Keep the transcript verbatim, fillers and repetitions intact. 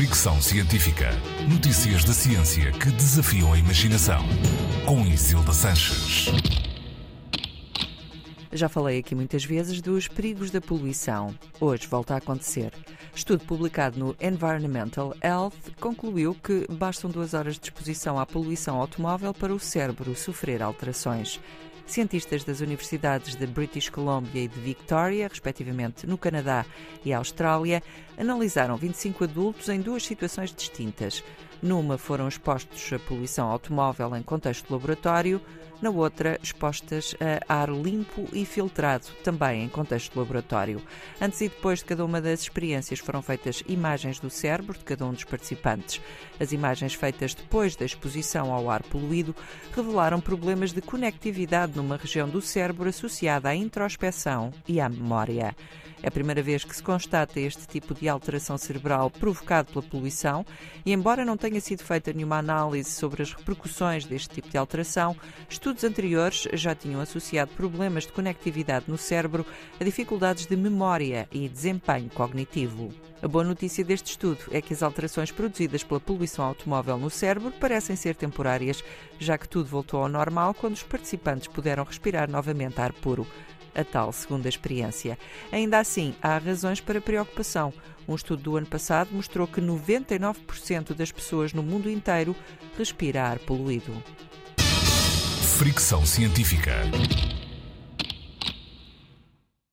Fricção Científica. Notícias da ciência que desafiam a imaginação. Com Isilda Sanches. Já falei aqui muitas vezes dos perigos da poluição. Hoje volta a acontecer. Estudo publicado no Environmental Health concluiu que bastam duas horas de exposição à poluição automóvel para o cérebro sofrer alterações. Cientistas das universidades de British Columbia e de Victoria, respectivamente no Canadá e Austrália, analisaram vinte e cinco adultos em duas situações distintas. Numa foram expostos à poluição automóvel em contexto de laboratório, na outra expostas a ar limpo e filtrado, também em contexto de laboratório. Antes e depois de cada uma das experiências foram feitas imagens do cérebro de cada um dos participantes. As imagens feitas depois da exposição ao ar poluído revelaram problemas de conectividade numa região do cérebro associada à introspeção e à memória. É a primeira vez que se constata este tipo de alteração cerebral provocado pela poluição e, embora não tenha sido feita nenhuma análise sobre as repercussões deste tipo de alteração, estudos anteriores já tinham associado problemas de conectividade no cérebro a dificuldades de memória e desempenho cognitivo. A boa notícia deste estudo é que as alterações produzidas pela poluição automóvel no cérebro parecem ser temporárias, já que tudo voltou ao normal quando os participantes puderam respirar novamente ar puro. A tal segunda experiência. Ainda assim, há razões para preocupação. Um estudo do ano passado mostrou que noventa e nove por cento das pessoas no mundo inteiro respira ar poluído. Fricção Científica.